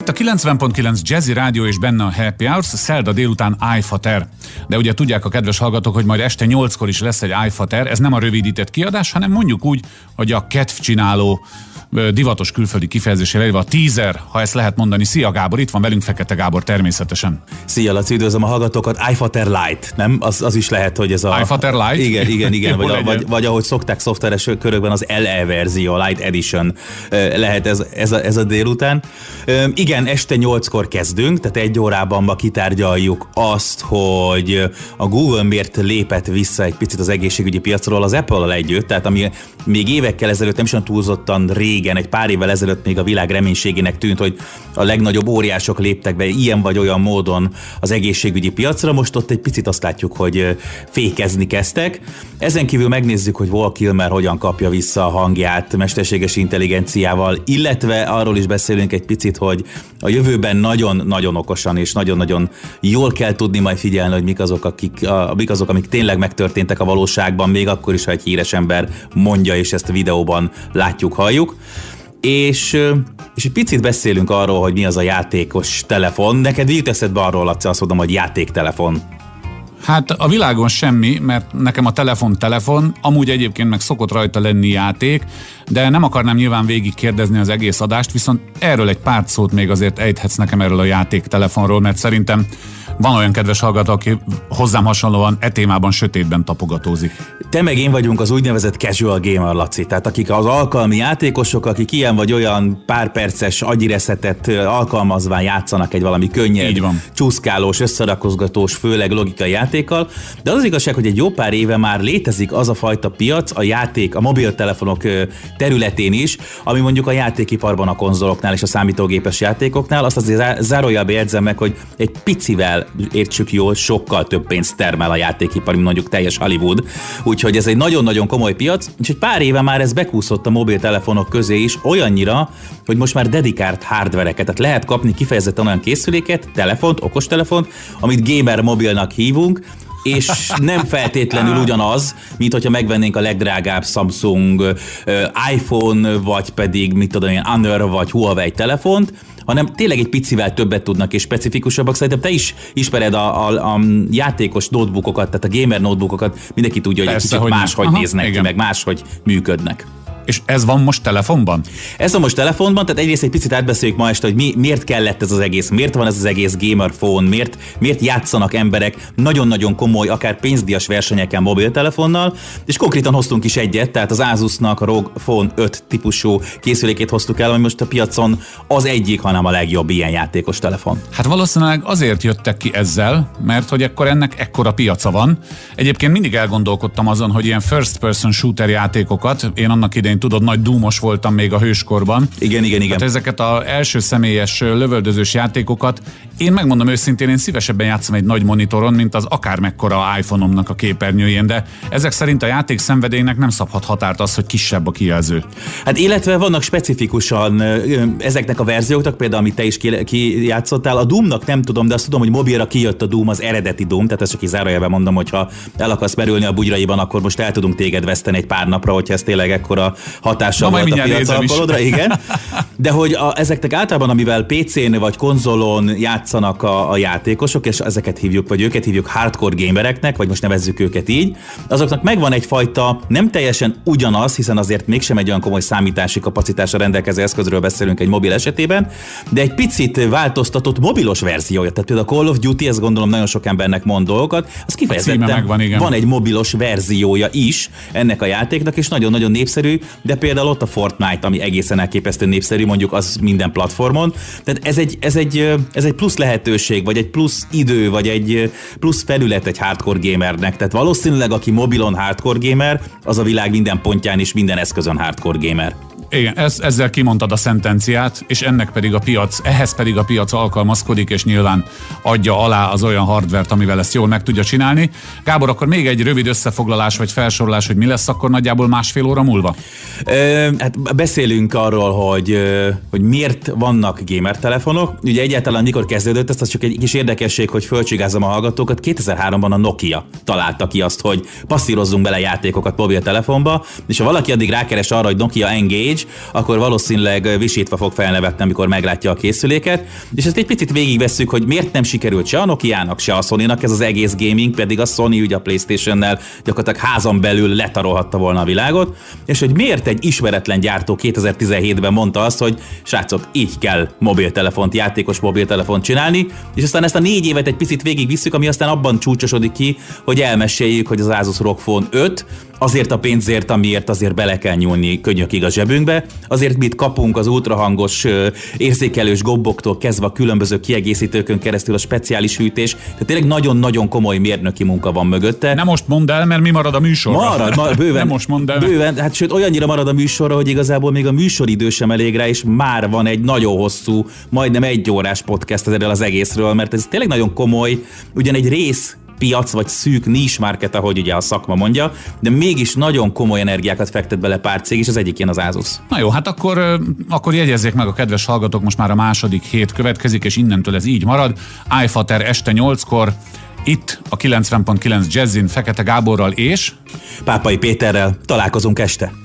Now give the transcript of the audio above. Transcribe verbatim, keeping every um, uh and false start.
itt a kilencven pont kilenc Jazzy Rádió és benne a Happy Hours, szerda délután iFater. De ugye tudják a kedves hallgatók, hogy majd este nyolckor is lesz egy iFater, ez nem a rövidített kiadás, hanem mondjuk úgy, hogy a kedvcsináló divatos külföldi kifejezésére, a teaser, ha ezt lehet mondani. Szia Gábor, itt van velünk Fekete Gábor természetesen. Szia Laci, üdvözlöm a hallgatókat. iFater Light, nem? Az, az is lehet, hogy ez a... iFater Light? Igen, igen, igen. vagy, a, vagy, vagy ahogy szokták szoftveres körökben, az el e verzió, Light Edition lehet ez, ez, a, ez a délután. Igen, este nyolckor kezdünk, tehát egy órában ma kitárgyaljuk azt, hogy a Google miért lépett vissza egy picit az egészségügyi piacról az Apple-al együtt, tehát ami még évekkel ezelőtt nem is olyan túlzottan régen, egy pár évvel ezelőtt még a világ reménységének tűnt, hogy a legnagyobb óriások léptek be ilyen vagy olyan módon az egészségügyi piacra, most ott egy picit azt látjuk, hogy fékezni kezdtek. Ezen kívül megnézzük, hogy Val Kilmer hogyan kapja vissza a hangját mesterséges intelligenciával, illetve arról is beszélünk egy picit, hogy a jövőben nagyon-nagyon okosan és nagyon-nagyon jól kell tudni majd figyelni, hogy mik azok, akik, a, mik azok, amik tényleg megtörténtek a valóságban, még akkor is, ha egy híres ember mondja, és ezt a videóban látjuk, halljuk. És, és egy picit beszélünk arról, hogy mi az a játékos telefon. Neked jut eszedbe arról, Laci, azt mondom, hogy játéktelefon. Hát a világon semmi, mert nekem a telefon telefon, amúgy egyébként meg szokott rajta lenni játék, de nem akarnám nyilván végig kérdezni az egész adást, viszont erről egy pár szót még azért ejthetsz nekem erről a játéktelefonról, mert szerintem van olyan kedves hallgató, aki hozzám hasonlóan e témában sötétben tapogatózik. Te meg én vagyunk az úgynevezett casual gamer, Laci, tehát akik az alkalmi játékosok, akik ilyen vagy olyan pár perces agyireszetet alkalmazván játszanak egy valami könnyed, csúszkálós, összerakozgatós, főleg logikai játékkal, de az, az igazság, hogy egy jó pár éve már létezik az a fajta piac a játék, a mobiltelefonok területén is, ami mondjuk a játékiparban, a konzoloknál és a számítógépes játékoknál, azt azért zárójelbe jegyzem meg, hogy egy picivel, értsük jól, sokkal több pénzt termel a játékipar, mint mondjuk teljes Hollywood. Úgyhogy ez egy nagyon-nagyon komoly piac, és egy pár éve már ez bekúszott a mobiltelefonok közé is, olyannyira, hogy most már dedikált hardvereket, tehát lehet kapni kifejezetten olyan készüléket, telefont, okostelefont, amit gamer mobilnak hívunk, és nem feltétlenül ugyanaz, mint hogyha megvennénk a legdrágább Samsung, iPhone, vagy pedig, mit tudom én, Honor vagy Huawei telefont, hanem tényleg egy picivel többet tudnak és specifikusabbak. Szerintem te is ismered a, a, a játékos notebookokat, tehát a gamer notebookokat, mindenki tudja, hogy Persze, egy kicsit máshogy Aha, néznek igen. ki, meg máshogy működnek. És ez van most telefonban? Ez van most telefonban, tehát egyrészt egy picit átbeszéljük ma este, hogy mi, miért kellett ez az egész, miért van ez az egész gamer phone, miért, miért játszanak emberek nagyon-nagyon komoly, akár pénzdíjas versenyeken mobiltelefonnal, és konkrétan hoztunk is egyet, tehát az Asusnak a ROG Phone öt típusú készülékét hoztuk el, ami most a piacon az egyik, hanem a legjobb ilyen játékos telefon. Hát valószínűleg azért jöttek ki ezzel, mert hogy ekkor ennek ekkora piaca van. Egyébként mindig elgondolkodtam azon, hogy ilyen first person shooter játékokat, én annak idején tudod, nagy dúmos voltam még a hőskorban. Igen, igen, igen. Hát ezeket az első személyes lövöldözős játékokat, én megmondom őszintén, én szívesebben játszom egy nagy monitoron, mint az akármekkora iPhone-omnak a képernyőjén, de ezek szerint a játék szenvedélynek nem szabhat határt az, hogy kisebb a kijelző. Hát illetve vannak specifikusan ezeknek a verzióknak, például amit te is kijátszottál, a Doomnak nem tudom, de azt tudom, hogy mobilra kijött a Doom, az eredeti Doom, tehát ezt csak így zárójelben mondom, hogyha el akarsz merülni a bugyraiban, akkor most el tudunk téged veszteni egy pár napra, hogyha ez tényleg ekkora hatással volt a piacalapolódra, igen. De hogy a, ezeknek általában, amivel pé cén vagy konzolon játszanak a, a játékosok, és ezeket hívjuk, vagy őket hívjuk hardcore gamereknek, vagy most nevezzük őket így, azoknak megvan egyfajta, nem teljesen ugyanaz, hiszen azért mégsem egy olyan komoly számítási kapacitásra rendelkező eszközről beszélünk egy mobil esetében, de egy picit változtatott mobilos verziója. Tehát például a Call of Duty, ezt gondolom nagyon sok embernek mond dolgokat, az kifejezetten megvan, igen. Van egy mobilos verziója is ennek a játéknak, és nagyon-nagyon népszerű, de például ott a Fortnite, ami egészen elképesztő népszerű, mondjuk az minden platformon. Tehát ez egy, ez egy, ez egy plusz lehetőség, vagy egy plusz idő, vagy egy plusz felület egy hardcore gamernek. Tehát valószínűleg, aki mobilon hardcore gamer, az a világ minden pontján és minden eszközön hardcore gamer. Igen, ez, ezzel kimondtad a szentenciát, és ennek pedig a piac, ehhez pedig a piac alkalmazkodik, és nyilván adja alá az olyan hardvert, amivel ezt jól meg tudja csinálni. Gábor, akkor még egy rövid összefoglalás vagy felsorolás, hogy mi lesz akkor nagyjából másfél óra múlva? Ö, hát beszélünk arról, hogy, hogy miért vannak gamer telefonok. Ugye egyáltalán mikor kezdődött, ez az csak egy kis érdekesség, hogy fölcsigázom a hallgatókat. kétezer-háromban a Nokia találta ki azt, hogy passzírozzunk bele játékokat mobiltelefonba, és ha valaki addig rákeres arra, hogy Nokia Engage, nincs, akkor valószínűleg visítva fog felnevetni, amikor meglátja a készüléket. És ezt egy picit végigvesszük, hogy miért nem sikerült se a Nokiának, se a Sony-nak ez az egész gaming, pedig a Sony ugye a PlayStation-nel gyakorlatilag házon belül letarolhatta volna a világot, és hogy miért egy ismeretlen gyártó kétezer-tizenhétben mondta azt, hogy srácok, így kell mobiltelefont, játékos mobiltelefont csinálni, és aztán ezt a négy évet egy picit végigvisszük, ami aztán abban csúcsosodik ki, hogy elmeséljük, hogy az Asus ROG Phone öt azért a pénzért, amiért azért bele kell nyúlni könnyökig a zsebünkbe, azért mit kapunk az ultrahangos érzékelős gobboktól kezdve a különböző kiegészítőkön keresztül a speciális hűtés, tehát tényleg nagyon-nagyon komoly mérnöki munka van mögötte. Nem most mondd el, mert mi marad a műsorra. Marad, marad bőven. Nem most mondd el. Bőven, hát sőt olyannyira marad a műsorra, hogy igazából még a műsoridő sem elég rá, és már van egy nagyon hosszú, majdnem egy órás podcast erről az egészről, mert ez tényleg nagyon komoly, ugyan egy rész piac, vagy szűk niche market, ahogy ugye a szakma mondja, de mégis nagyon komoly energiákat fektet bele pár cég, és az egyik ilyen az Asus. Na jó, hát akkor, akkor jegyezzék meg a kedves hallgatók, most már a második hét következik, és innentől ez így marad. iFater este nyolckor, itt a kilencven pont kilenc Jazzin Fekete Gáborral és Pápai Péterrel találkozunk este.